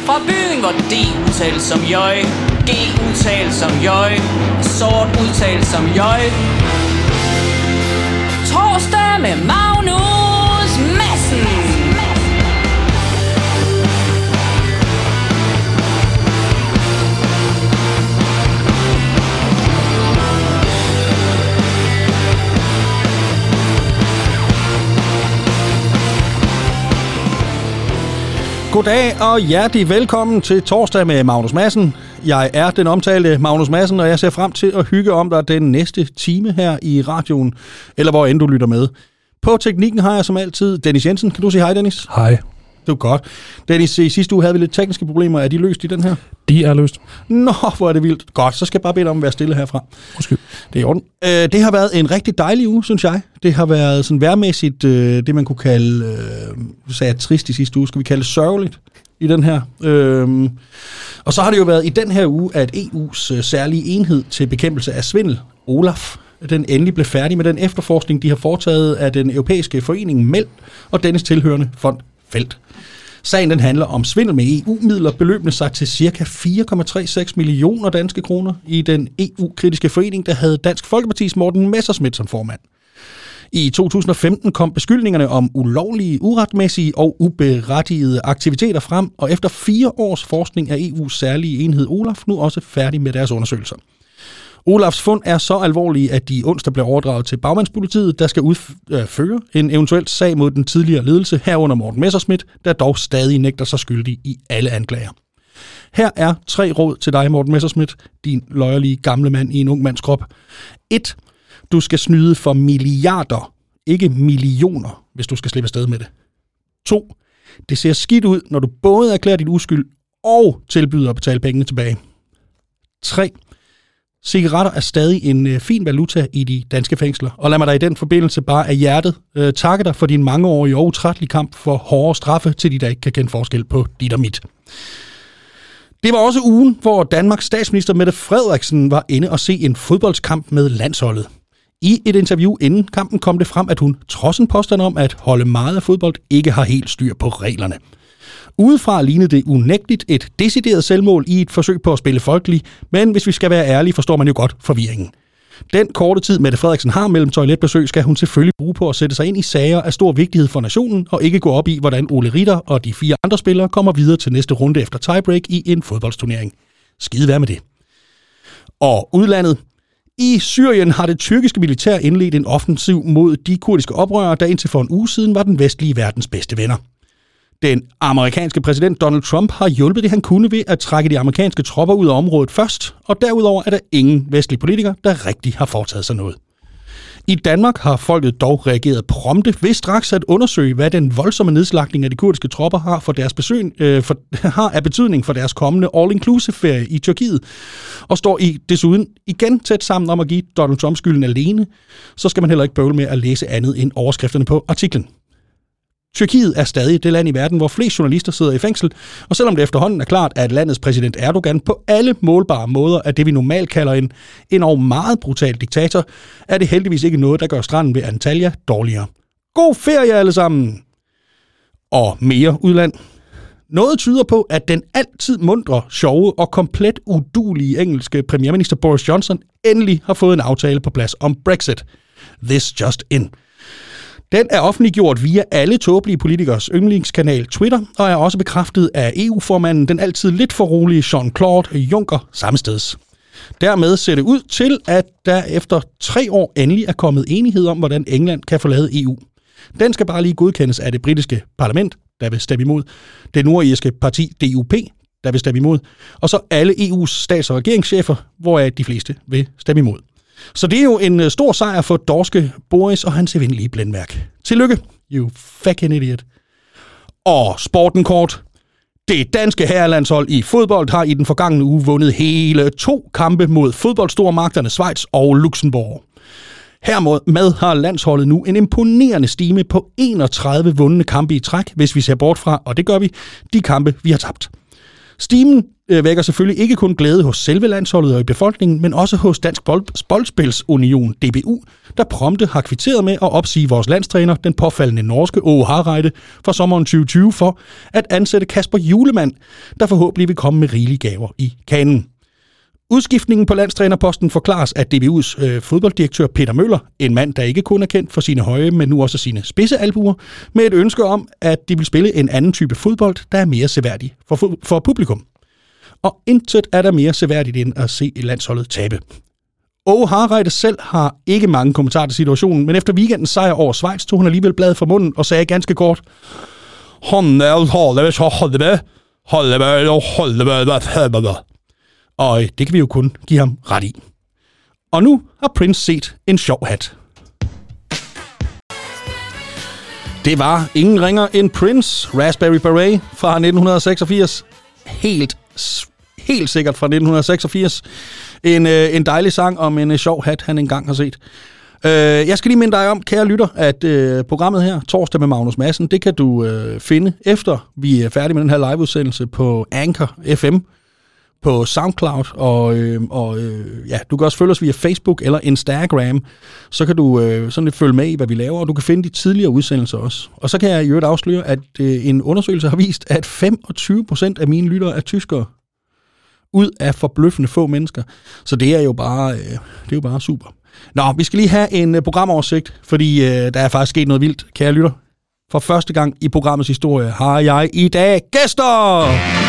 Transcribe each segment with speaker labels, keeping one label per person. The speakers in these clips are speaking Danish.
Speaker 1: fra byen, hvor D udtales som jøj, G udtales som jøj, sort udtales som jøj. Torsdag med Magnus Madsen.
Speaker 2: Goddag og hjertelig velkommen til Torsdag med Magnus Madsen. Jeg er den omtalte Magnus Madsen, og jeg ser frem til at hygge om dig den næste time her i radioen, eller hvor end du lytter med. På teknikken har jeg som altid Dennis Jensen. Kan du sige hej, Dennis?
Speaker 3: Hej.
Speaker 2: Det er godt. Dennis, i sidste uge havde vi lidt tekniske problemer. Er de løst i den her?
Speaker 3: De er løst.
Speaker 2: Nå, hvor er det vildt. Godt, så skal jeg bare bede dig om at være stille herfra.
Speaker 3: Undskyld.
Speaker 2: Det er i orden. Det har været en rigtig dejlig uge, synes jeg. Det har været sådan vejrmæssigt, det man kunne kalde, sagde jeg trist i sidste uge, skal vi kalde sørgeligt i den her. Og så har det jo været i den her uge, at EU's særlige enhed til bekæmpelse af svindel, OLAF, den endelig blev færdig med den efterforskning, de har foretaget af den europæiske forening MELD og dennes tilhørende fond Felt. Sagen den handler om svindel med EU-midler, beløbende sig til ca. 4,36 millioner danske kroner i den EU-kritiske forening, der havde Dansk Folkepartis Morten Messerschmidt som formand. I 2015 kom beskyldningerne om ulovlige, uretmæssige og uberettigede aktiviteter frem, og efter 4 års forskning er EU's særlige enhed OLAF nu også færdig med deres undersøgelser. OLAFs fund er så alvorlige, at de onsdag blev overdraget til bagmandspolitiet, der skal udføre en eventuel sag mod den tidligere ledelse herunder Morten Messerschmidt, der dog stadig nægter sig skyldig i alle anklager. Her er 3 råd til dig, Morten Messerschmidt, din løjerlige gamle mand i en ung mands krop. 1. Du skal snyde for milliarder, ikke millioner, hvis du skal slippe afsted med det. 2. Det ser skidt ud, når du både erklærer din uskyld og tilbyder at betale pengene tilbage. 3. Cigaretter er stadig en fin valuta i de danske fængsler, og lad mig dig i den forbindelse bare af hjertet takke dig for din mangeårige og utrættelige kamp for hårde straffe til de, der ikke kan kende forskel på dit og mit. Det var også ugen, hvor Danmarks statsminister Mette Frederiksen var inde og se en fodboldskamp med landsholdet. I et interview inden kampen kom det frem, at hun trods en påstand om at holde meget af fodbold, ikke har helt styr på reglerne. Udefra lignede det unægteligt et decideret selvmål i et forsøg på at spille folkelig, men hvis vi skal være ærlige, forstår man jo godt forvirringen. Den korte tid, Mette Frederiksen har mellem toiletbesøg, skal hun selvfølgelig bruge på at sætte sig ind i sager af stor vigtighed for nationen, og ikke gå op i, hvordan Ole Ritter og de 4 andre spillere kommer videre til næste runde efter tiebreak i en fodboldsturnering. Skide være med det. Og udlandet. I Syrien har det tyrkiske militær indledt en offensiv mod de kurdiske oprørere, der indtil for en uge siden var den vestlige verdens bedste venner. Den amerikanske præsident Donald Trump har hjulpet det, han kunne ved at trække de amerikanske tropper ud af området først, og derudover er der ingen vestlige politikere, der rigtig har foretaget sig noget. I Danmark har folket dog reageret prompte ved straks at undersøge, hvad den voldsomme nedslagtning af de kurdiske tropper har for deres har af betydning for deres kommende all-inclusive-ferie i Tyrkiet, og står desuden igen tæt sammen om at give Donald Trump skylden alene, så skal man heller ikke bøvle med at læse andet end overskrifterne på artiklen. Tyrkiet er stadig det land i verden, hvor flest journalister sidder i fængsel, og selvom det efterhånden er klart, at landets præsident Erdogan på alle målbare måder er det, vi normalt kalder en endog meget brutal diktator, er det heldigvis ikke noget, der gør stranden ved Antalya dårligere. God ferie alle sammen! Og mere udland. Noget tyder på, at den altid mundre, sjove og komplet uduelige engelske premierminister Boris Johnson endelig har fået en aftale på plads om Brexit. This just in. Den er offentliggjort via alle tåbelige politikers yndlingskanal Twitter, og er også bekræftet af EU-formanden, den altid lidt for rolige Jean-Claude Juncker, sammesteds. Dermed ser det ud til, at der efter 3 år endelig er kommet enighed om, hvordan England kan forlade EU. Den skal bare lige godkendes af det britiske parlament, der vil stemme imod, det nordirske parti DUP, der vil stemme imod, og så alle EU's stats- og regeringschefer, hvoraf de fleste vil stemme imod. Så det er jo en stor sejr for dorske Boris og hans evindelige blændværk. Tillykke, you fucking idiot. Og sporten kort. Det danske herrelandshold i fodbold har i den forgangne uge vundet hele 2 kampe mod fodboldstormagterne Schweiz og Luxembourg. Hermed har landsholdet nu en imponerende stime på 31 vundne kampe i træk, hvis vi ser bort fra, og det gør vi, de kampe, vi har tabt. Stimen vækker selvfølgelig ikke kun glæde hos selve landsholdet og i befolkningen, men også hos Dansk Boldspilsunion, DBU, der prompte har kvitteret med at opsige vores landstræner, den påfaldende norske Åge Hareide, fra sommeren 2020 for at ansætte Kasper Hjulemand, der forhåbentlig vil komme med rigelige gaver i kanen. Udskiftningen på landstrænerposten forklares af DBU's fodbolddirektør Peter Møller, en mand, der ikke kun er kendt for sine høje, men nu også sine spidse albuer, med et ønske om, at de vil spille en anden type fodbold, der er mere seværdig for publikum. Og intet er der mere seværdigt end at se landsholdet tabe. Åge Hareide selv har ikke mange kommentarer til situationen, men efter weekendens sejr over Schweiz tog hun alligevel bladet fra munden og sagde ganske kort: og det kan vi jo kun give ham ret i. Og nu har Prince set en sjov hat. Det var ingen ringer end Prince, Raspberry Beret fra 1986. Helt sikkert fra 1986. En dejlig sang om en sjov hat, han engang har set. Jeg skal lige minde dig om, kære lytter, at programmet her, Torsdag med Magnus Madsen, det kan du finde efter vi er færdige med den her liveudsendelse på Anchor FM, på SoundCloud, og du kan også følge os via Facebook eller Instagram, så kan du sådan lidt følge med i, hvad vi laver, og du kan finde de tidligere udsendelser også. Og så kan jeg i øvrigt afsløre, at en undersøgelse har vist, at 25% af mine lyttere er tyskere, ud af forbløffende få mennesker. Så det er jo bare super. Nå, vi skal lige have en programoversigt, fordi der er faktisk sket noget vildt, kære lytter. For første gang i programmets historie har jeg i dag gæster!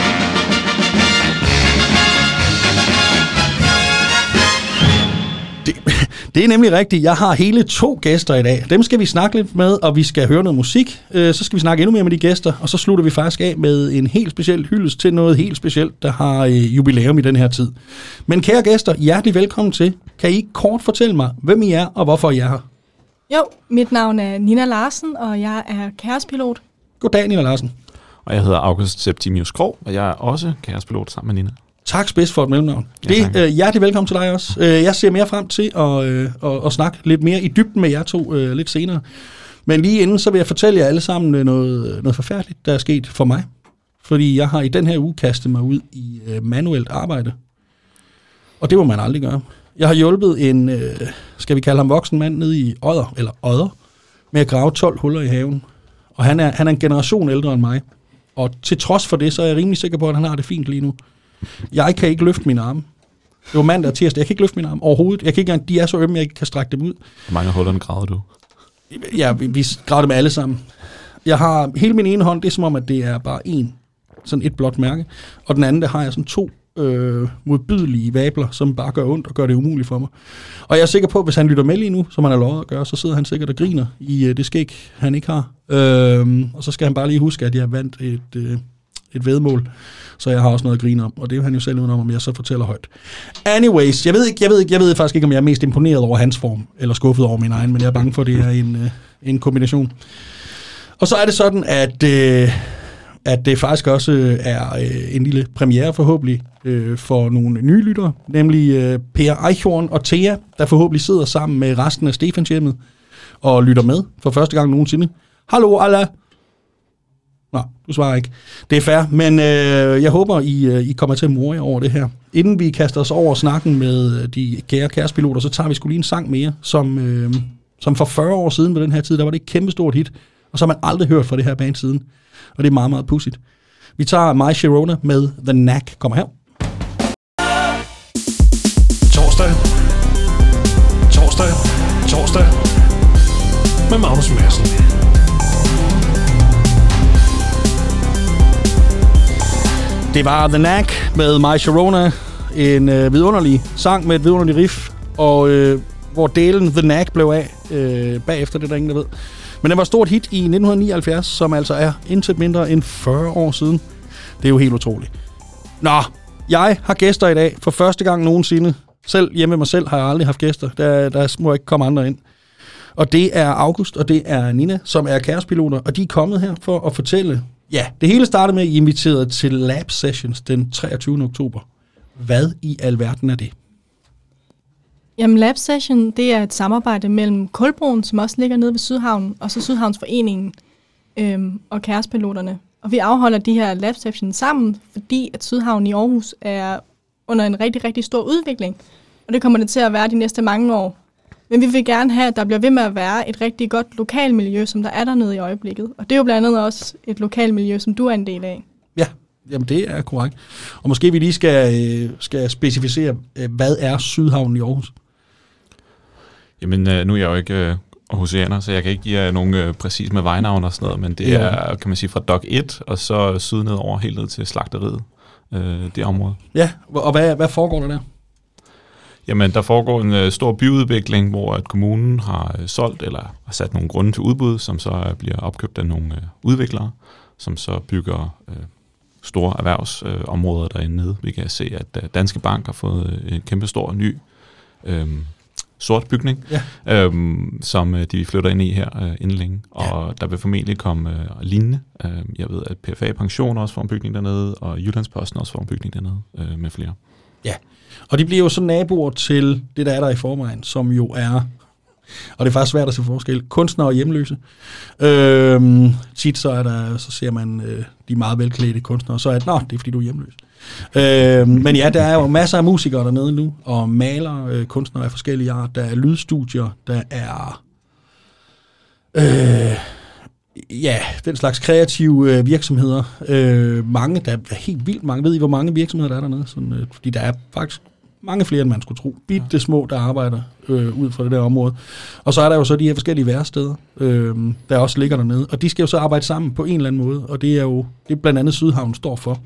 Speaker 2: Det er nemlig rigtigt. Jeg har hele 2 gæster i dag. Dem skal vi snakke lidt med, og vi skal høre noget musik. Så skal vi snakke endnu mere med de gæster, og så slutter vi faktisk af med en helt speciel hyldest til noget helt specielt, der har jubilæum i den her tid. Men kære gæster, hjertelig velkommen til. Kan I kort fortælle mig, hvem I er, og hvorfor I er her?
Speaker 3: Jo, mit navn er Nina Larsen, og jeg er kaospilot.
Speaker 2: Goddag, Nina Larsen.
Speaker 4: Og jeg hedder August Septimius Krog, og jeg er også kaospilot sammen med Nina. Tak
Speaker 2: spids for et mellemnavn. Hjertelig velkommen til dig også. Jeg ser mere frem til at snakke lidt mere i dybden med jer to lidt senere. Men lige inden, så vil jeg fortælle jer alle sammen noget forfærdeligt, der er sket for mig. Fordi jeg har i den her uge kastet mig ud i manuelt arbejde. Og det må man aldrig gøre. Jeg har hjulpet en, skal vi kalde ham voksen mand, nede i Odder, med at grave 12 huller i haven. Og han er en generation ældre end mig. Og til trods for det, så er jeg rimelig sikker på, at han har det fint lige nu. Jeg kan ikke løfte mine arme. Det var mandag og tirsdag. Jeg kan ikke løfte mine arme overhovedet. Jeg kan ikke engang, de er så ømme, jeg ikke kan strække dem ud.
Speaker 4: Hvor mange hullerne gravede du?
Speaker 2: Ja, vi gravede dem alle sammen. Jeg har hele min ene hånd, det er som om, at det er bare sådan et blåt mærke. Og den anden, der har jeg sådan 2 modbydelige vabler, som bare gør ondt og gør det umuligt for mig. Og jeg er sikker på, at hvis han lytter med lige nu, som han har lovet at gøre, så sidder han sikkert og griner i det skæg, han ikke har. Og så skal han bare lige huske, at jeg vandt et væddemål, så jeg har også noget at grine om, og det er jo han jo selv udenom, om jeg så fortæller højt. Anyways, jeg ved faktisk ikke, om jeg er mest imponeret over hans form, eller skuffet over min egen, men jeg er bange for, at det er en kombination. Og så er det sådan, at det faktisk også er en lille premiere forhåbentlig for nogle nye lyttere, nemlig Per Eichhorn og Thea, der forhåbentlig sidder sammen med resten af Stefanshjemmet og lytter med for første gang nogensinde. Hallo alle! Nå, du svarer ikke. Det er fair, men jeg håber, I kommer til at more jer over det her. Inden vi kaster os over snakken med de kære kærestepiloter, så tager vi sgu lige en sang mere, som for 40 år siden på den her tid, der var det et kæmpestort hit, og så har man aldrig hørt fra det her band siden. Og det er meget, meget pudsigt. Vi tager My Sharona med The Knack. Kommer her.
Speaker 5: Torsdag med Magnus Madsen.
Speaker 2: Det var The Knack med My Sharona, en vidunderlig sang med et vidunderligt riff, og hvor delen The Knack blev af bagefter, det der ingen der ved. Men det var et stort hit i 1979, som altså er intet mindre end 40 år siden. Det er jo helt utroligt. Nå, jeg har gæster i dag for første gang nogensinde. Selv hjemme med mig selv har jeg aldrig haft gæster. Der må ikke komme andre ind. Og det er August, og det er Nina, som er kærestepiloter, og de er kommet her for at fortælle. Ja, det hele startede med, at I inviterede til Lab Sessions den 23. oktober. Hvad i alverden er det?
Speaker 3: Jamen, Lab Session, det er et samarbejde mellem Kulbroen, som også ligger nede ved Sydhavnen, og så Sydhavnsforeningen og kærestepiloterne. Og vi afholder de her lab sessions sammen, fordi at Sydhavn i Aarhus er under en rigtig, rigtig stor udvikling. Og det kommer det til at være de næste mange år. Men vi vil gerne have, at der bliver ved med at være et rigtig godt lokalmiljø, som der er dernede i øjeblikket. Og det er jo blandt andet også et lokalmiljø, som du er en del af.
Speaker 2: Ja, jamen det er korrekt. Og måske vi lige skal specificere, hvad er Sydhavnen i Aarhus?
Speaker 4: Jamen, nu er jeg jo ikke aarhusianer, så jeg kan ikke give jer nogen præcis med vejnavn og sådan noget, men det er, kan man sige, fra Dok 1, og så syd nedover helt ned til slagteriet, det område.
Speaker 2: Ja, og hvad foregår der?
Speaker 4: Jamen, der foregår en stor byudvikling, hvor at kommunen har solgt eller har sat nogle grunde til udbud, som så bliver opkøbt af nogle udviklere, som så bygger store erhvervsområder derinde nede. Vi kan se, at Danske Bank har fået en kæmpe stor ny sort bygning, som de flytter ind i her inden længe. Og der vil formentlig komme lignende. Jeg ved, at PFA Pension også får en bygning dernede, og Jyllandsposten også får en bygning dernede med flere. Ja.
Speaker 2: Og de bliver jo så naboer til det, der er der i forvejen, som jo er, og det er faktisk svært at se forskel, kunstnere og hjemløse. Tit så ser man de meget velklædte kunstnere, og så er det, det er fordi du er hjemløs. Men ja, der er jo masser af musikere dernede nu, og malere, kunstnere af forskellige art, der er lydstudier, der er den slags kreative virksomheder. Mange, der er helt vildt mange. Ved I, hvor mange virksomheder der er dernede? Sådan, fordi der er faktisk mange flere, end man skulle tro. Bitte små, der arbejder ud fra det der område. Og så er der jo så de her forskellige væresteder, der også ligger dernede. Og de skal jo så arbejde sammen på en eller anden måde, og det er blandt andet Sydhavn står for.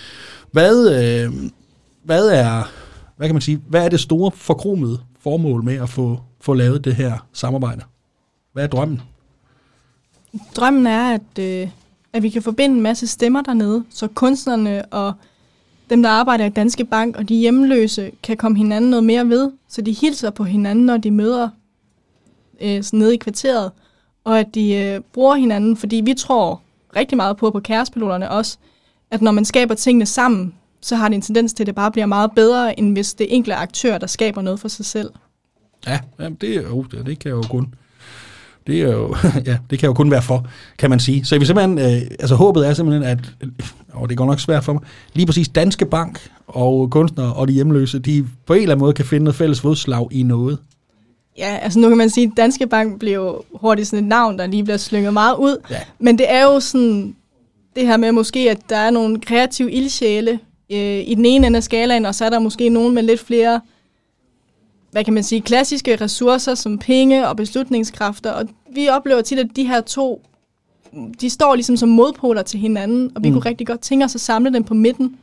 Speaker 2: Hvad kan man sige, hvad er det store forkromede formål med at få lavet det her samarbejde? Hvad er drømmen?
Speaker 3: Drømmen er, at vi kan forbinde en masse stemmer dernede, så kunstnerne og dem, der arbejder i Danske Bank og de hjemløse, kan komme hinanden noget mere ved, så de hilser på hinanden, når de møder nede i kvarteret, og at de bruger hinanden, fordi vi tror rigtig meget på Kærespiloterne også, at når man skaber tingene sammen, så har det en tendens til, at det bare bliver meget bedre, end hvis det er enkelte aktører, der skaber noget for sig selv. Ja,
Speaker 2: det kan jo kun... Det er jo, det kan jo kun være for, kan man sige. Så vi simpelthen, håbet er simpelthen, at, det går nok svært for mig, lige præcis Danske Bank og kunstnere og de hjemløse, de på en eller anden måde kan finde noget fælles fodslag i noget.
Speaker 3: Ja, nu kan man sige, at Danske Bank bliver jo hurtigt sådan et navn, der lige bliver slynget meget ud. Ja. Men det er jo sådan, det her med måske, at der er nogle kreative ildsjæle i den ene ende af skalaen, og så er der måske nogen med lidt flere, hvad kan man sige, klassiske ressourcer som penge og beslutningskræfter, og vi oplever tit, at de her to, de står ligesom som modpoler til hinanden, og vi kunne rigtig godt tænke os at samle dem på midten.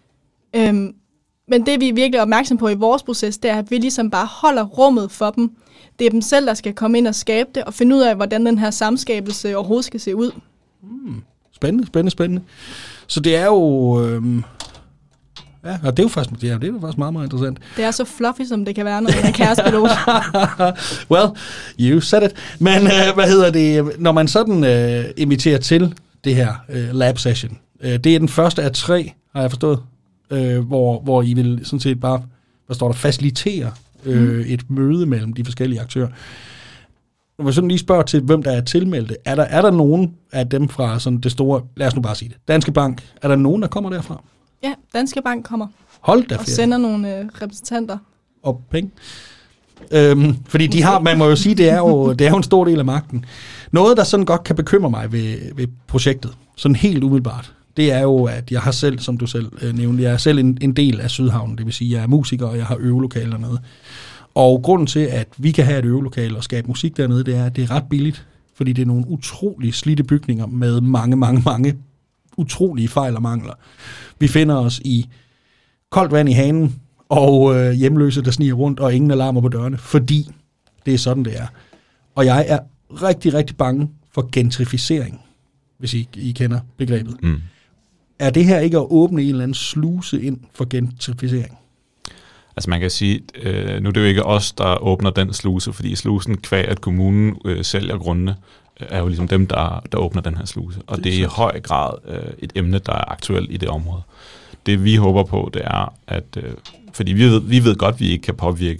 Speaker 3: Men det vi er virkelig opmærksom på i vores proces, det er, at vi ligesom bare holder rummet for dem. Det er dem selv, der skal komme ind og skabe det, og finde ud af, hvordan den her samskabelse overhovedet skal se ud.
Speaker 2: Spændende. Så det er jo... Ja, og det er jo faktisk, meget, meget interessant.
Speaker 3: Det er så fluffy, som det kan være, når man er kærespilot.
Speaker 2: Well, you said it. Men når man sådan inviterer til det her lab session, det er den første af 3, har jeg forstået, hvor I vil sådan set bare, facilitere et møde mellem de forskellige aktører. Når vi sådan lige spørger til, hvem der er tilmeldte, er der nogen af dem fra sådan det store, lad os nu bare sige det, Danske Bank, er der nogen, der kommer derfra?
Speaker 3: Ja, Danske Bank kommer.
Speaker 2: Hold da
Speaker 3: og sender nogle repræsentanter.
Speaker 2: Og penge. Fordi de har, man må jo sige, det er jo en stor del af magten. Noget, der sådan godt kan bekymre mig ved projektet, sådan helt umiddelbart, det er jo, at jeg har selv, som du selv nævnte, jeg er selv en del af Sydhavnen, det vil sige, jeg er musiker, og jeg har øvelokaler dernede. Og grunden til, at vi kan have et øvelokale og skabe musik dernede, det er, at det er ret billigt, fordi det er nogle utrolig slidte bygninger med mange utrolige fejl og mangler. Vi finder os i koldt vand i hanen, og hjemløse, der sniger rundt, og ingen alarmer på dørene, fordi det er sådan, det er. Og jeg er rigtig, rigtig bange for gentrificering, hvis I kender begrebet. Er det her ikke at åbne en eller anden sluse ind for gentrificering?
Speaker 4: Altså man kan sige, nu er det jo ikke os, der åbner den sluse, fordi slusen kvæg, at kommunen sælger grundene, er jo ligesom dem, der åbner den her sluse. Og det er i høj grad et emne, der er aktuelt i det område. Det vi håber på, det er, at fordi vi ved godt, at vi ikke kan påvirke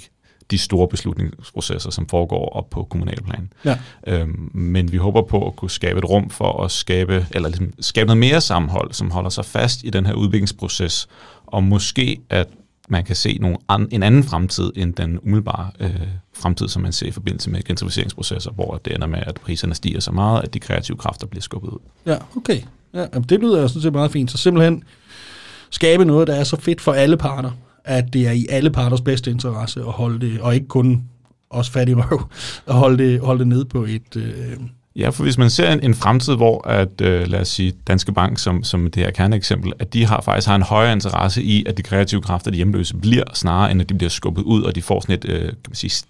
Speaker 4: de store beslutningsprocesser, som foregår op på kommunalplan.
Speaker 2: Ja.
Speaker 4: Men vi håber på at kunne skabe et rum for at skabe noget mere sammenhold, som holder sig fast i den her udviklingsproces, og måske at man kan se en anden fremtid end den umiddelbare fremtid, som man ser i forbindelse med gentrificeringsprocesser, hvor det ender med, at priserne stiger så meget, at de kreative kræfter bliver skubbet ud.
Speaker 2: Ja, okay. Ja, det lyder sådan set meget fint. Så simpelthen skabe noget, der er så fedt for alle parter, at det er i alle parters bedste interesse at holde det, og ikke kun os fattige røv, at holde det nede på et...
Speaker 4: Ja, for hvis man ser en fremtid, hvor at, lad os sige, Danske Bank, som det her kerneeksempel, at de faktisk har en højere interesse i, at de kreative kræfter, de hjemløse, bliver snarere, end at de bliver skubbet ud, og de får sådan et, kan man sige,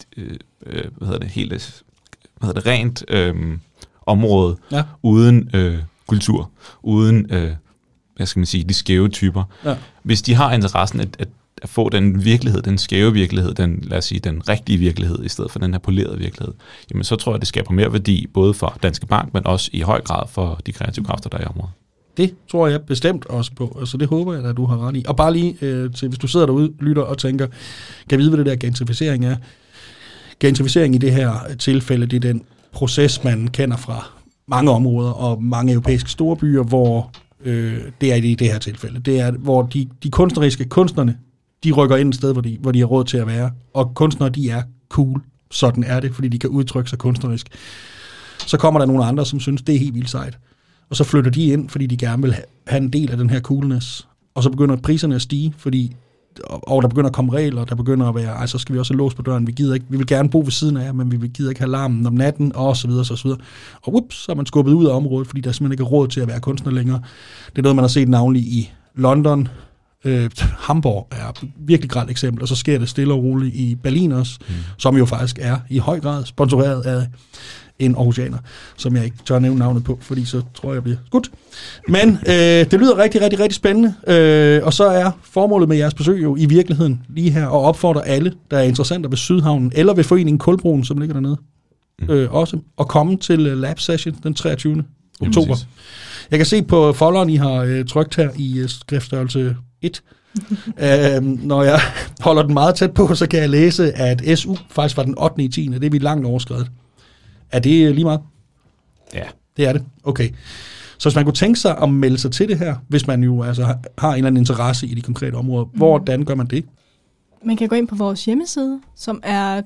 Speaker 4: rent område, uden kultur, uden, hvad skal man sige, de skæve typer. Ja. Hvis de har interessen at få den virkelighed, den skæve virkelighed, lad os sige, den rigtige virkelighed, i stedet for den her polerede virkelighed, jamen så tror jeg, det skaber mere værdi, både for Danske Bank, men også i høj grad for de kreative kræfter, der er i området. Det tror jeg bestemt også på, og så det håber jeg, at du har ret i. Og bare lige til, hvis du sidder derude, lytter og tænker, kan vide, hvad det der gentrificering er. Gentrificering i det her tilfælde, det er den proces, man kender fra mange områder og mange europæiske storbyer, hvor det er i det her tilfælde. Det er, hvor de kunstnerne, de rykker ind et sted, hvor de har råd til at være. Og kunstnere, de er cool. Sådan er det, fordi de kan udtrykke sig kunstnerisk. Så kommer der nogle andre, som synes, det er helt vildt sejt. Og så flytter de ind, fordi de gerne vil have en del af den her coolness. Og så begynder priserne at stige, og der begynder at komme regler, der begynder at være, så skal vi også have lås på døren, vi vil gerne bo ved siden af jer, men vi gider ikke have larmen om natten, og så videre, så videre. Og så er man skubbet ud af området, fordi der simpelthen ikke er råd til at være kunstner længere. Det er noget, man har set navnlig i London. Hamburg er virkelig grelt eksempel, og så sker det stille og roligt i Berlin også, som jo faktisk er i høj grad sponsoreret af en aarhusianer, som jeg ikke tør nævne navnet på, fordi så tror jeg bliver skudt. Men det lyder rigtig, rigtig, rigtig spændende, og så er formålet med jeres besøg jo i virkeligheden lige her, og opfordrer alle, der er interessenter ved Sydhavnen, eller ved foreningen Kulbroen, som ligger dernede, også, at komme til Lab Session den 23. oktober. Jeg kan se på folderen, I har trykt her i skriftstørrelse 1. Når jeg holder den meget tæt på, så kan jeg læse, at SU faktisk var den 8. i 10. Det er vi langt overskredet. Er det lige meget? Ja.
Speaker 2: Det er det? Okay. Så hvis man kunne tænke sig at melde sig til det her, hvis man jo altså har en eller anden interesse i de konkrete områder, hvordan gør man det?
Speaker 3: Man kan gå ind på vores hjemmeside, som er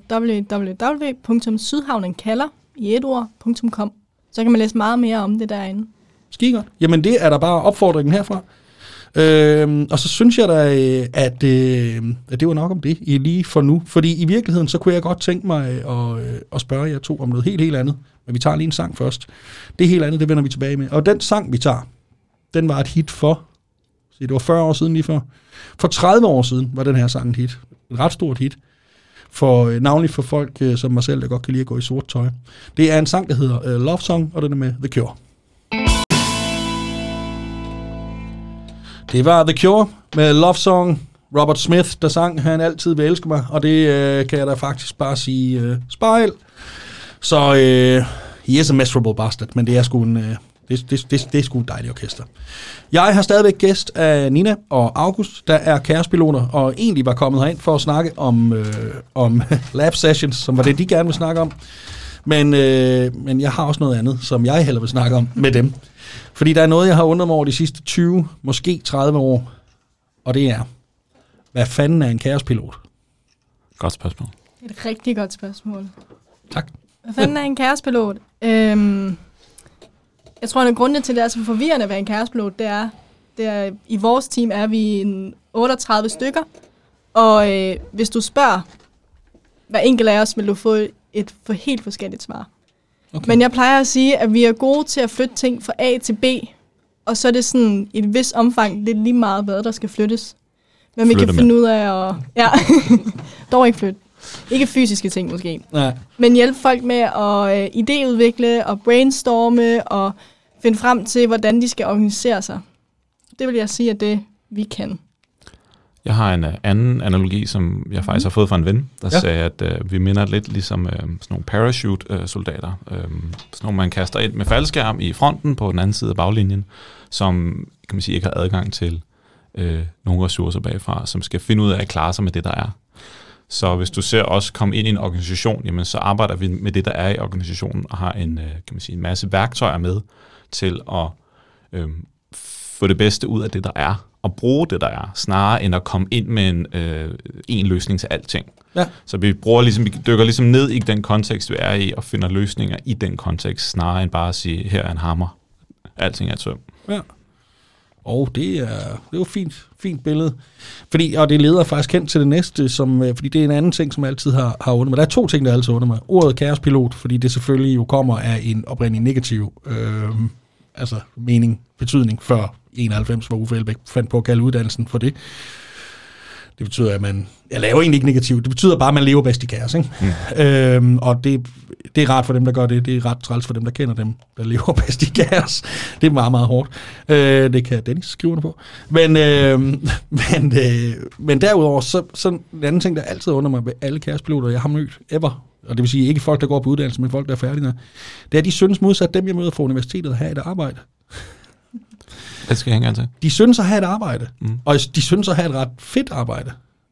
Speaker 3: www.sydhavnenkalder.com. Så kan man læse meget mere om det derinde.
Speaker 2: Skigodt. Jamen det er der bare opfordringen herfra. Og så synes jeg da, at det var nok om det lige for nu. Fordi i virkeligheden, så kunne jeg godt tænke mig at spørge jer to om noget helt, helt andet. Men vi tager lige en sang først. Det helt andet, det vender vi tilbage med. Og den sang, vi tager, den var et hit det var 40 år siden lige før. For 30 år siden var den her sang et hit. Et ret stort hit. Navnlig for folk som mig selv, der godt kan lide at gå i sort tøj. Det er en sang, der hedder Love Song, og den er med The Cure. Det var The Cure med Love Song. Robert Smith, der sang, han altid vil elske mig, og det kan jeg da faktisk bare sige spejl. Så he is a miserable bastard, men det er sgu det er sgu et dejligt orkester. Jeg har stadigvæk gæst af Nina og August, der er kaospiloter, og egentlig var kommet herind for at snakke om lab sessions, som var det, de gerne vil snakke om. Men jeg har også noget andet, som jeg hellere vil snakke om med dem. Fordi der er noget, jeg har undret mig over de sidste 20, måske 30 år, og det er, hvad fanden er en kaospilot?
Speaker 4: Godt spørgsmål.
Speaker 3: Et rigtig godt spørgsmål.
Speaker 2: Tak.
Speaker 3: Hvad fanden er en kaospilot? Jeg tror, at grunden til, at det er så forvirrende at være en kaospilot, det er i vores team er vi 38 stykker, og hvis du spørger hver enkelt af os, vil du få et helt forskelligt svar. Okay. Men jeg plejer at sige, at vi er gode til at flytte ting fra A til B, og så er det sådan i et vis omfang lidt lige meget, hvad der skal flyttes. Men vi kan finde ud af at... Ja, dog ikke flytte. Ikke fysiske ting måske.
Speaker 2: Nej.
Speaker 3: Men hjælpe folk med at idéudvikle og brainstorme og finde frem til, hvordan de skal organisere sig. Det vil jeg sige, at det vi kan. Jeg
Speaker 4: har en anden analogi, som jeg faktisk har fået fra en ven, der sagde, at vi minder lidt ligesom sådan nogle parachute-soldater. Sådan nogle, man kaster ind med faldskærm i fronten på den anden side af baglinjen, som kan man sige, ikke har adgang til nogle ressourcer bagfra, som skal finde ud af at klare sig med det, der er. Så hvis du ser os komme ind i en organisation, jamen så arbejder vi med det, der er i organisationen, og har en masse værktøjer med til at få det bedste ud af det, der er, og bruge det, der er, snarere end at komme ind med en løsning til alting. Ja. Så vi dykker ligesom ned i den kontekst, vi er i, og finder løsninger i den kontekst, snarere end bare at sige, her er en hammer, alting er et søm. Ja.
Speaker 2: Og det er jo et fint billede. Og det leder faktisk hen til det næste, fordi det er en anden ting, som altid har undret mig. Der er 2 ting, der altid undrer mig. Ordet kaospilot, fordi det selvfølgelig jo kommer af en oprindelig negativ betydning før 91, hvor Uffe Elbæk fandt på at kalde uddannelsen for det. Det betyder, at jeg laver egentlig ikke negativt. Det betyder bare, at man lever bedst i kaos. Ikke? Og det er rart for dem, der gør det. Det er ret træls for dem, der kender dem, der lever bedst i kaos. Det er meget, meget hårdt. Det kan Dennis skrive under på. Men derudover, så en anden ting, der altid undrer mig ved alle kaospiloter, jeg har mødt ever, og det vil sige ikke folk, der går på uddannelse, men folk, der er færdige, det er, at de synes modsat dem, jeg møder fra universitetet, at have et arbejde.
Speaker 4: Det skal jeg hænge til.
Speaker 2: De synes at have et arbejde, og de synes at have et ret fedt arbejde.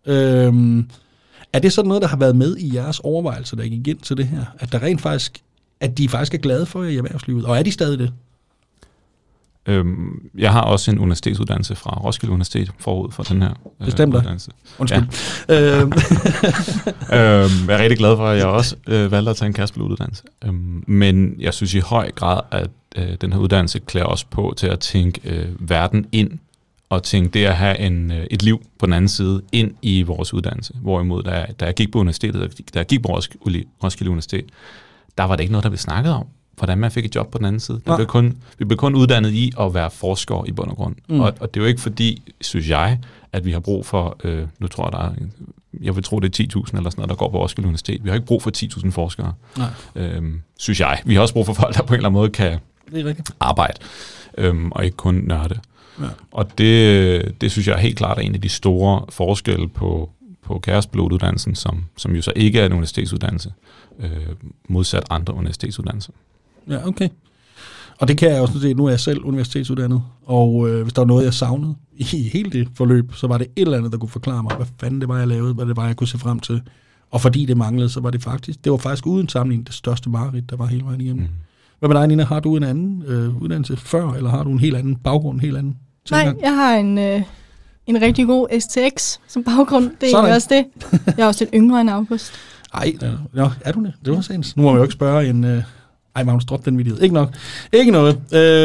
Speaker 2: Er det sådan noget, der har været med i jeres overvejelser, der gik ind til det her? At der rent faktisk, at de faktisk er glade for jer i erhvervslivet, og er de stadig det?
Speaker 4: Jeg har også en universitetsuddannelse fra Roskilde Universitet forud for den her uddannelse.
Speaker 2: Undskyld.
Speaker 4: Ja. Jeg er rigtig glad for, at jeg også valgte at tage en kaospilotuddannelse. Men jeg synes i høj grad, at den her uddannelse klæder os på til at tænke verden ind, og tænke det at have et liv på den anden side ind i vores uddannelse. Hvorimod, da jeg gik på universitetet, da jeg gik på Roskilde Universitet, der var det ikke noget, der blev snakket om, hvordan man fik et job på den anden side. Vi blev kun uddannet i at være forskere i bund og grund. Og det er jo ikke fordi, synes jeg, at vi har brug for, nu tror jeg, jeg vil tro, det er 10.000 eller sådan noget, der går på Roskilde Universitet. Vi har ikke brug for 10.000 forskere, synes jeg. Vi har også brug for folk, der på en eller anden måde kan arbejde, og ikke kun nørde. Ja. Og det synes jeg helt klart er en af de store forskelle på kaospilotuddannelsen, som jo så ikke er en universitetsuddannelse, modsat andre universitetsuddannelser.
Speaker 2: Ja, okay. Og det kan jeg også se, nu er jeg selv universitetsuddannet, og hvis der var noget, jeg savnede i hele det forløb, så var det et eller andet, der kunne forklare mig, hvad fanden det var, jeg lavede, hvad det var, jeg kunne se frem til. Og fordi det manglede, så var det var faktisk uden sammenligning det største mareridt, der var hele vejen igennem. Hvad med dig, Nina? Har du en anden uddannelse før, eller har du en helt anden baggrund, en helt anden tilgang?
Speaker 3: Nej, jeg har en rigtig god STX som baggrund. Det er også det. Jeg er også lidt yngre end August.
Speaker 2: Ej, er du det? Det var sandt. Nu må vi jo ikke spørge en... Magnus, drop den video. Ikke nok. Ikke noget.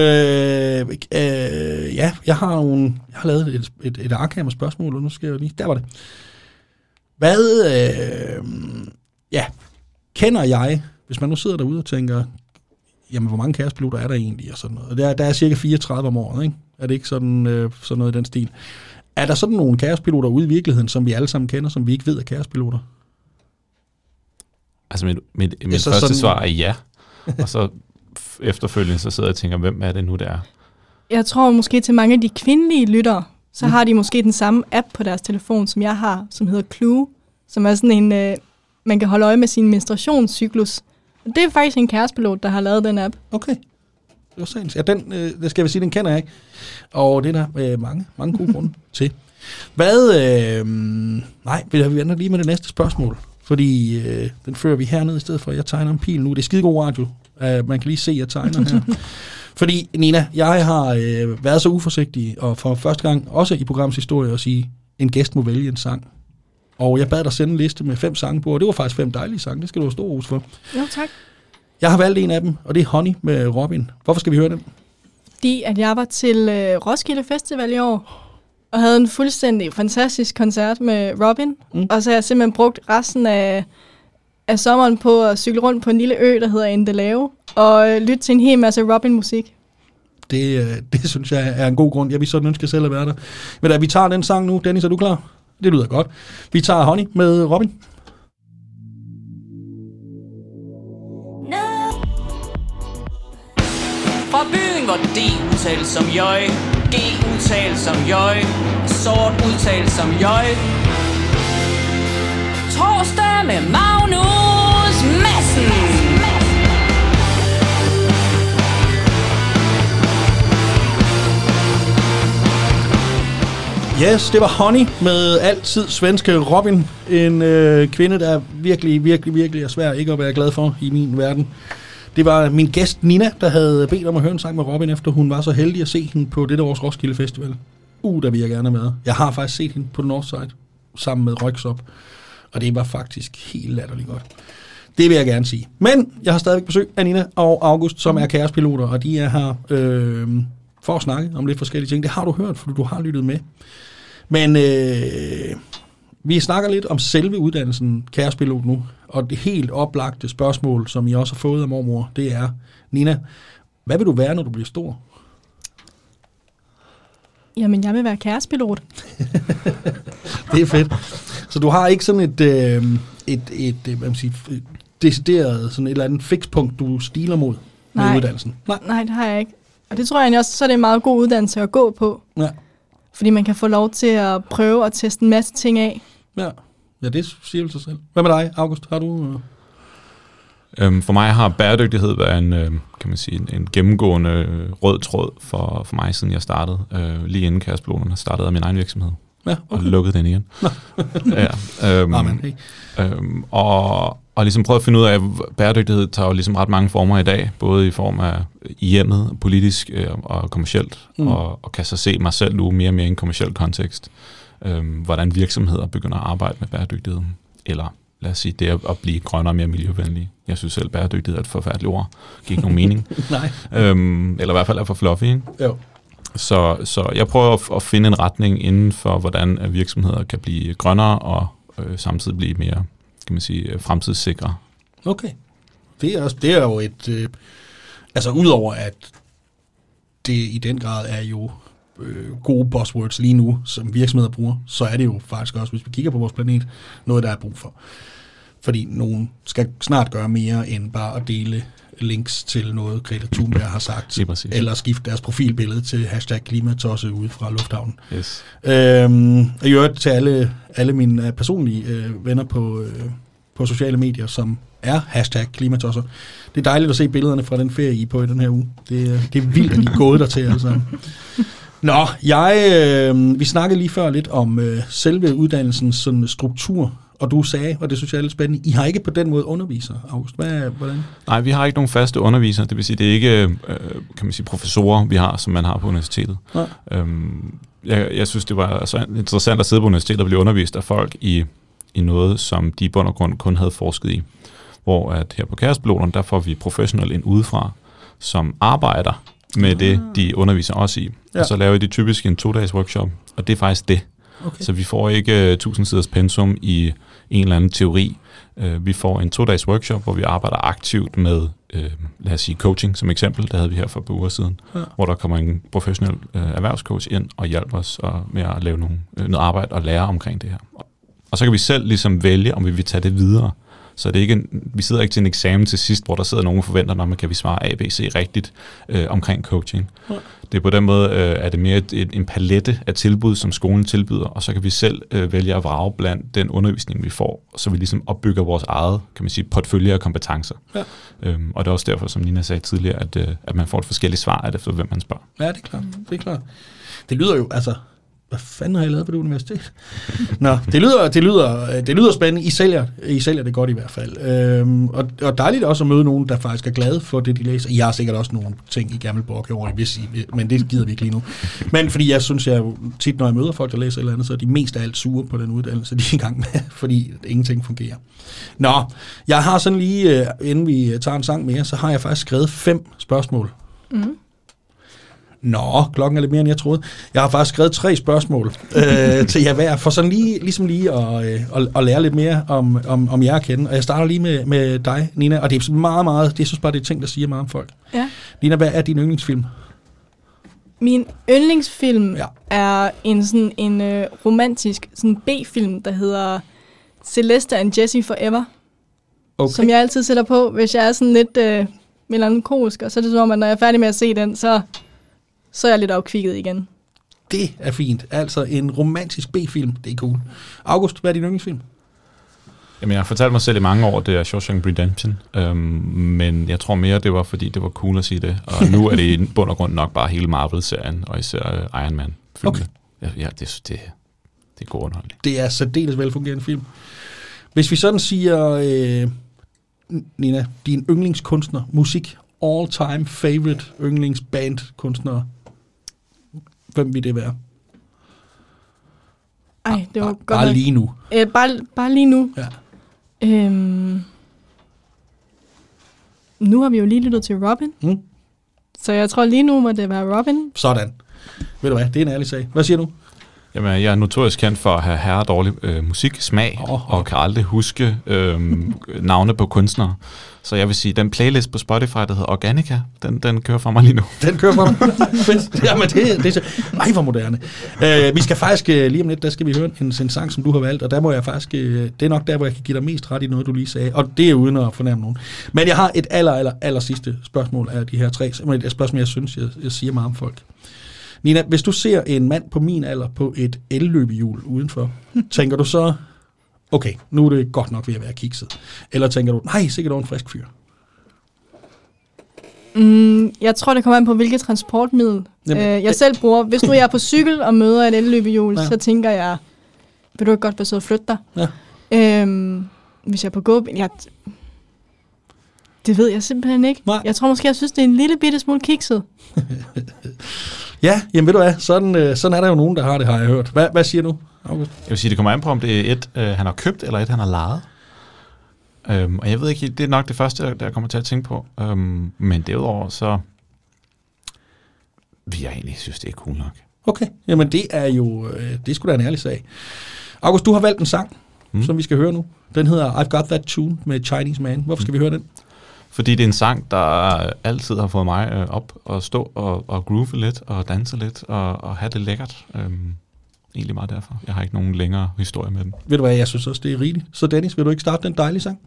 Speaker 2: Jeg har lavet et ark med spørgsmål, og nu skal jeg lige... Der var det. Kender jeg, hvis man nu sidder derude og tænker, jamen, hvor mange kaospiloter er der egentlig? Og sådan noget. Der er cirka 34 om året, ikke? Er det ikke sådan noget i den stil? Er der sådan nogle kaospiloter ude i virkeligheden, som vi alle sammen kender, som vi ikke ved er kaospiloter?
Speaker 4: Altså, mit første svar er ja. Og så efterfølgende, så sidder jeg og tænker, hvem er det nu, det er?
Speaker 3: Jeg tror måske til mange af de kvindelige lyttere, så har de måske den samme app på deres telefon, som jeg har, som hedder Clue, som er sådan en, man kan holde øje med sin menstruationscyklus. Og det er faktisk en kærespilot, der har lavet den app.
Speaker 2: Okay. Det var sandt. Ja, det skal jeg sige, den kender jeg ikke. Og det er der mange gode grunde til. Vi venter lige med det næste spørgsmål. Fordi den fører vi hernede i stedet for, at jeg tegner en pil nu. Det er skidegod radio. Man kan lige se, at jeg tegner her. Fordi, Nina, jeg har været så uforsigtig, og for første gang, også i programmets historie, at sige, en gæst må vælge en sang. Og jeg bad dig sende en liste med 5 sange på, og det var faktisk 5 dejlige sange. Det skal du have stor ros for.
Speaker 3: Jo, tak.
Speaker 2: Jeg har valgt en af dem, og det er Honey med Robin. Hvorfor skal vi høre den?
Speaker 3: Fordi at jeg var til Roskilde Festival i år, og havde en fuldstændig fantastisk koncert med Robin. Og så har jeg simpelthen brugt resten af sommeren på at cykle rundt på en lille ø, der hedder Endelave, og lytte til en hel masse Robin-musik.
Speaker 2: Det synes jeg er en god grund. Jeg vil sådan ønske selv at være der. Men da vi tager den sang nu, Dennis, er du klar? Det lyder godt. Vi tager Honey med Robin.
Speaker 1: Fra byen, hvor D udtales som jøj, G udtales som jøj, sort udtales som jøj. Torsdag med Magnus Madsen.
Speaker 2: Yes, det var Honey med altid svenske Robin. En kvinde, der virkelig er svær ikke at være glad for i min verden. Det var min gæst Nina, der havde bedt om at høre en sang med Robin, efter hun var så heldig at se hende på dette års Roskilde Festival. Der vil jeg gerne have været. Jeg har faktisk set hende på Northside sammen med Røgsop, og det var faktisk helt latterligt godt. Det vil jeg gerne sige. Men jeg har stadigvæk besøg af Nina og August, som er kaospiloter, og de er her for at snakke om lidt forskellige ting. Det har du hørt, for du har lyttet med. Men vi snakker lidt om selve uddannelsen kaospilot nu, og det helt oplagte spørgsmål, som I også har fået af mormor, det er, Nina, hvad vil du være, når du bliver stor?
Speaker 3: Jamen, jeg vil være kaospilot.
Speaker 2: Det er fedt. Så du har ikke sådan et decideret sådan et eller andet fikspunkt, du stiler mod med uddannelsen?
Speaker 3: Nej, det har jeg ikke. Og det tror jeg egentlig også, så er det en meget god uddannelse at gå på. Ja. Fordi man kan få lov til at prøve at teste en masse ting af. Ja,
Speaker 2: det siger vel sig selv. Hvad med dig, August? Har du...
Speaker 4: For mig har bæredygtighed været en gennemgående rød tråd for mig, siden jeg startede. Lige inden kaospiloterne startede min egen virksomhed. Ja, okay. Og lukkede den igen. Og ligesom prøvet at finde ud af, at bæredygtighed tager jo ligesom ret mange former i dag, både i form af i hjemmet, politisk og kommercielt, og kan så se mig selv nu mere og mere i en kommerciel kontekst, hvordan virksomheder begynder at arbejde med bæredygtighed, eller lad os sige, det er at blive grønnere og mere miljøvenlig. Jeg synes selv, bæredygtighed er et forfærdeligt ord. Giver ikke nogen mening. Nej. Eller i hvert fald er for fluffy, ikke? Jo. Så jeg prøver at finde en retning inden for, hvordan virksomheder kan blive grønnere og samtidig blive mere, kan man sige, fremtidssikre.
Speaker 2: Okay. Det er jo et... altså udover at det i den grad er jo gode buzzwords lige nu, som virksomheder bruger, så er det jo faktisk også, hvis vi kigger på vores planet, noget, der er brug for. Fordi nogen skal snart gøre mere end bare at dele links til noget, Greta Thunberg har sagt, eller skifte deres profilbillede til #klimatosse ude fra lufthavnen. Yes. Og i øvrigt til alle mine personlige venner på sociale medier, som er #klimatosser. Det er dejligt at se billederne fra den ferie, I på i den her uge. Det er vildt, at I er gået der til alle sammen. Nå, vi snakkede lige før lidt om selve uddannelsens sådan, struktur, og du sagde, og det synes jeg er lidt spændende, I har ikke på den måde undervisere, August. Hvordan?
Speaker 4: Nej, vi har ikke nogen faste undervisere. Det vil sige, det er ikke kan man sige, professorer, vi har, som man har på universitetet. Jeg synes, det var så interessant at sidde på universitetet og blive undervist af folk i noget, som de i bund og grund kun havde forsket i. Hvor at her på kaospiloterne, der får vi professionelle ind udefra, som arbejder med det, de underviser os i. Ja. Og så laver de typisk en 2-dages workshop, og det er faktisk det. Okay. Så vi får ikke 1000 siders pensum i en eller anden teori. Vi får en 2-dages workshop, hvor vi arbejder aktivt med, lad os sige, coaching som eksempel. Det havde vi her for et par uger siden, hvor der kommer en professionel erhvervscoach ind og hjælper os med at lave noget arbejde og lære omkring det her. Og så kan vi selv ligesom vælge, om vi vil tage det videre. Så det er ikke vi sidder ikke til en eksamen til sidst, hvor der sidder nogen og forventer, når man kan vi svare A, B, C rigtigt omkring coaching. Ja. Det er på den måde, er det mere en palette af tilbud, som skolen tilbyder, og så kan vi selv vælge at vrage blandt den undervisning, vi får, så vi ligesom opbygger vores eget, kan man sige, portfølje af kompetencer. Ja. Og det er også derfor, som Nina sagde tidligere, at man får et forskelligt svar af det, for hvem man spørger.
Speaker 2: Ja, det er klart. Det er klart. Det lyder jo, altså... Hvad fanden har I lavet på det universitet? Nå, det lyder spændende. I sælger det godt i hvert fald. Og dejligt også at møde nogen, der faktisk er glade for det, de læser. I har sikkert også nogle ting i Gammelborg over, men det gider vi ikke lige nu. Men fordi jeg synes, jeg tit, når jeg møder folk, der læser et eller andet, så er de mest af alt sure på den uddannelse, de er i gang med, fordi ingenting fungerer. Nå, jeg har sådan lige, inden vi tager en sang mere, så har jeg faktisk skrevet 5 spørgsmål. Mm. Nå, klokken er lidt mere, end jeg troede. Jeg har faktisk skrevet 3 spørgsmål til jer hver, for sådan lige at lære lidt mere om jer at kende. Og jeg starter lige med dig, Nina, og det er meget, jeg synes bare, det er ting, der siger meget om folk. Ja. Nina, hvad er din yndlingsfilm?
Speaker 3: Min yndlingsfilm er en romantisk sådan B-film, der hedder Celeste and Jesse Forever. Okay. Som jeg altid sætter på, hvis jeg er sådan lidt melankolsk, og så er det som om, at når jeg er færdig med at se den, så er jeg lidt afkvikket igen.
Speaker 2: Det er fint. Altså en romantisk B-film. Det er cool. August, hvad er din yndlingsfilm?
Speaker 4: Jamen, jeg har fortalt mig selv i mange år, det er Shawshank Redemption. Men jeg tror mere, det var, fordi det var cool at sige det. Og nu er det i bund og grund nok bare hele Marvel-serien, og især Iron Man-filmene. Ja, det er god underholdning.
Speaker 2: Det er særdeles velfungerende film. Hvis vi sådan siger, Nina, din yndlingskunstner, musik, all-time favorite yndlingsbandkunstner, hvem vil det være?
Speaker 3: Ej, det var godt
Speaker 2: bare
Speaker 3: nok.
Speaker 2: Lige nu.
Speaker 3: Bare lige nu.
Speaker 2: Ja.
Speaker 3: Nu har vi jo lige lyttet til Robin. Så jeg tror lige nu må det være Robin.
Speaker 2: Sådan. Ved du hvad, det er en ærlig sag. Hvad siger du?
Speaker 4: Jamen, jeg er notorisk kendt for at have herredårlig musiksmag, og kan aldrig huske navne på kunstnere. Så jeg vil sige, den playlist på Spotify, der hedder Organica, den kører for mig lige nu.
Speaker 2: Den kører for dig? Fedt. Jamen, det er ej, hvor moderne. Vi skal faktisk, lige om lidt, der skal vi høre en sang, som du har valgt, og der må jeg faktisk, det er nok der, hvor jeg kan give dig mest ret i noget, du lige sagde, og det er uden at fornærme nogen. Men jeg har et aller sidste spørgsmål af de her tre, et spørgsmål, jeg synes, jeg siger meget om folk. Nina, hvis du ser en mand på min alder på et elløbehjul udenfor, tænker du så, okay, nu er det godt nok ved at være kikset? Eller tænker du, nej, sikkert over en frisk fyr?
Speaker 3: Jeg tror, det kommer an på, hvilket transportmiddel jeg selv bruger. Hvis nu jeg er på cykel og møder et elløbehjul, så tænker jeg, vil du ikke godt være sød at flytte dig? Ja. Hvis jeg er på gåben, det ved jeg simpelthen ikke. Nej. Jeg tror måske, jeg synes, det er en lille bitte smule kikset.
Speaker 2: Ja, jamen ved du hvad, sådan er der jo nogen, der har det, har jeg hørt. Hvad siger du, August?
Speaker 4: Jeg vil sige, det kommer an på, om det er et, han har købt, eller et, han har lejet. Og jeg ved ikke, det er nok det første, der jeg kommer til at tænke på. Men derudover, så vil jeg egentlig synes, det er cool nok.
Speaker 2: Okay, jamen det er jo, det er sgu da en ærlig sag. August, du har valgt en sang, som vi skal høre nu. Den hedder I've Got That Tune med Chinese Man. Hvorfor skal vi høre den?
Speaker 4: Fordi det er en sang, der altid har fået mig op og stå og groove lidt og danse lidt og have det lækkert. Egentlig meget derfor. Jeg har ikke nogen længere historie med den.
Speaker 2: Ved du hvad, jeg synes også, det er rigeligt. Så Dennis, vil du ikke starte den dejlige sang?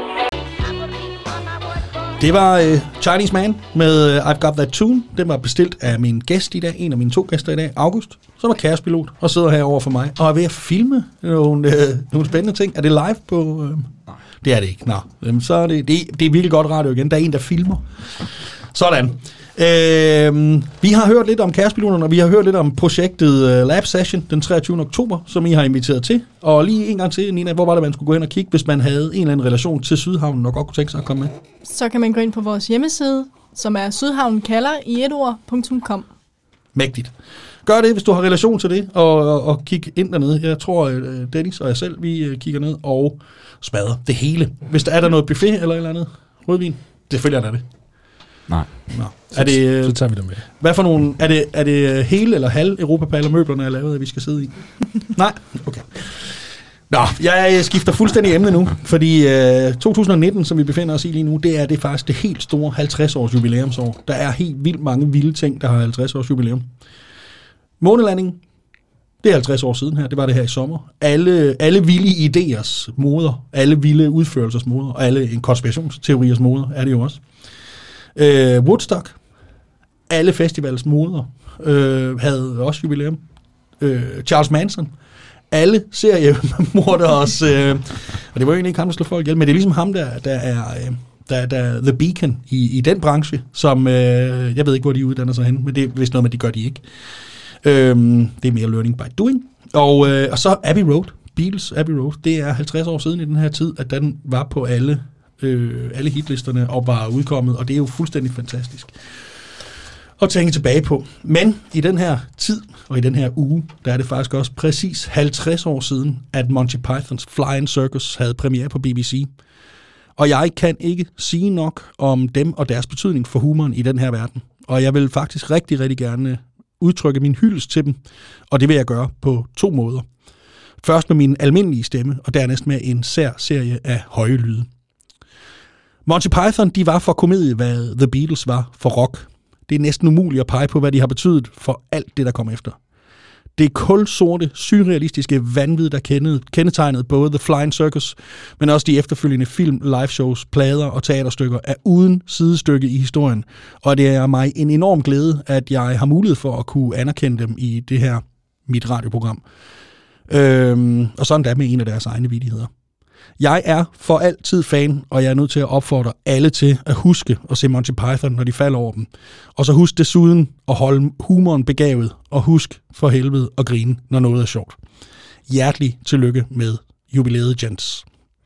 Speaker 2: Det var Chinese Man med I've Got That Tune. Den var bestilt af min gæst i dag, en af mine 2 gæster i dag, August, som er kaospilot og sidder herovre for mig og er ved at filme nogle spændende ting. Er det live på... Nej. Det er det ikke. Nå, så er det er virkelig godt radio igen. Der er en, der filmer. Sådan. Vi har hørt lidt om kaospiloterne, og vi har hørt lidt om projektet Lab Session den 23. oktober, som I har inviteret til. Og lige en gang til, Nina, hvor var det, man skulle gå hen og kigge, hvis man havde en eller anden relation til Sydhavnen og godt kunne tænke sig at komme med?
Speaker 3: Så kan man gå ind på vores hjemmeside, som er sydhavnenkalder i etord.com.
Speaker 2: Mægtigt. Gør det, hvis du har relation til det, og kig ind dernede. Jeg tror, Dennis og jeg selv, vi kigger ned og smadrer det hele. Hvis der er der noget buffet eller et eller andet rødvin, det følger der det.
Speaker 4: Nej.
Speaker 2: Nå. Er det,
Speaker 5: så tager vi det med.
Speaker 2: Hvad for nogle, er det hele eller halv Europapal-møblerne er lavet, at vi skal sidde i? Nej? Okay. Nå, jeg skifter fuldstændig emne nu, fordi 2019, som vi befinder os i lige nu, det er faktisk det helt store 50-års jubilæumsår. Der er helt vildt mange vilde ting, der har 50-års jubilæum. Månelandingen, det er 50 år siden her, det var det her i sommer. Alle vilde idéers moder, alle vilde udførelsers moder, og alle konspirationsteoriers moder er det jo også. Woodstock, alle festivals moder havde også jubilæum. Charles Manson, alle seriemorders, og det var jo egentlig ikke ham, der slog folk ihjel, men det er ligesom ham, der er The Beacon i den branche, som, jeg ved ikke, hvor de uddanner sig hen, men det er vist noget med, det gør de ikke. Det er mere learning by doing. Og så Abbey Road, Beatles Abbey Road, det er 50 år siden i den her tid, at den var på alle hitlisterne og var udkommet, og det er jo fuldstændig fantastisk at tænke tilbage på. Men i den her tid, og i den her uge, der er det faktisk også præcis 50 år siden, at Monty Pythons Flying Circus havde premiere på BBC. Og jeg kan ikke sige nok om dem og deres betydning for humoren i den her verden. Og jeg vil faktisk rigtig, rigtig gerne udtrykke min hyldest til dem, og det vil jeg gøre på 2 måder. Først med min almindelige stemme, og dernæst med en sær serie af høje lyde. Monty Python, de var for komedie, hvad The Beatles var for rock. Det er næsten umuligt at pege på, hvad de har betydet for alt det, der kom efter. Det kulsorte, surrealistiske vanvid, der kendetegnede både The Flying Circus, men også de efterfølgende film, liveshows, plader og teaterstykker, er uden sidestykke i historien. Og det er mig en enorm glæde, at jeg har mulighed for at kunne anerkende dem i det her mit radioprogram. Og sådan der med en af deres egne vittigheder. Jeg er for altid fan, og jeg er nødt til at opfordre alle til at huske at se Monty Python, når de falder over dem. Og så husk desuden at holde humoren begavet, og husk for helvede at grine, når noget er sjovt. Hjertelig tillykke med jubilæet, gents.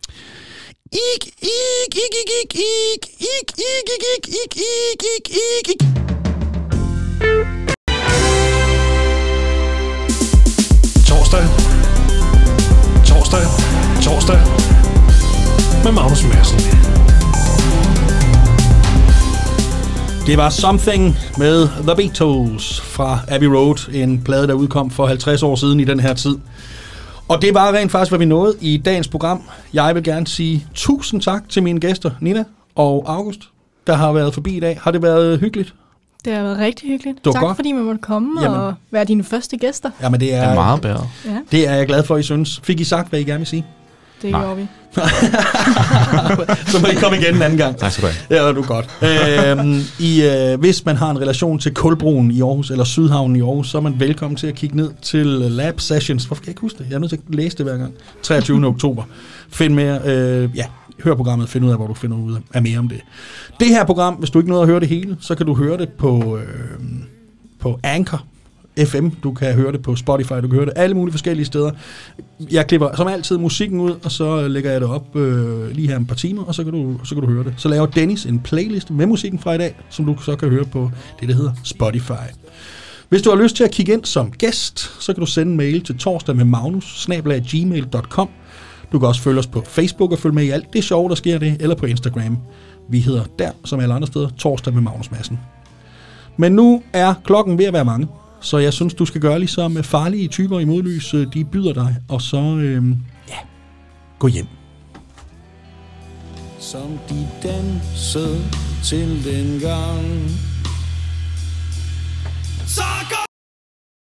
Speaker 5: Torsdag med Magnus Madsen.
Speaker 2: Det var Something med The Beatles fra Abbey Road, en plade, der udkom for 50 år siden i den her tid. Og det var rent faktisk, hvad vi nåede i dagens program. Jeg vil gerne sige tusind tak til mine gæster, Nina og August, der har været forbi i dag. Har det været hyggeligt?
Speaker 3: Det har været rigtig hyggeligt.
Speaker 2: Tak
Speaker 3: godt. Fordi man måtte komme og være dine første gæster.
Speaker 2: Jamen, det er
Speaker 4: meget bedre.
Speaker 3: Ja.
Speaker 2: Det er jeg glad for, I synes. Fik I sagt, hvad I gerne vil sige?
Speaker 3: Det gjorde vi.
Speaker 2: Så må I komme igen en anden gang.
Speaker 4: Tak skal du have.
Speaker 2: Ja, du er godt. Hvis man har en relation til Kulbroen i Aarhus, eller Sydhavnen i Aarhus, så er man velkommen til at kigge ned til Lab Sessions. Hvorfor kan jeg ikke huske det? Jeg er nødt til at læse det hver gang. 23. oktober. Find mere, hør programmet, find ud af, hvor du finder ud af mere om det. Det her program, hvis du ikke nåede at høre det hele, så kan du høre det på Anchor FM, du kan høre det på Spotify, du kan høre det alle mulige forskellige steder. Jeg klipper som altid musikken ud, og så lægger jeg det op lige her en par timer, og så kan du høre det. Så laver Dennis en playlist med musikken fra i dag, som du så kan høre på det, der hedder Spotify. Hvis du har lyst til at kigge ind som gæst, så kan du sende en mail til torsdagmedmagnus@gmail.com. Du kan også følge os på Facebook og følge med i alt det sjove, der sker det, eller på Instagram. Vi hedder der, som alle andre steder, Torsdag med Magnus Madsen. Men nu er klokken ved at være mange, så jeg synes, du skal gøre ligesom farlige typer i modlys, de byder dig, og så, gå hjem. Som de dansede til den gang.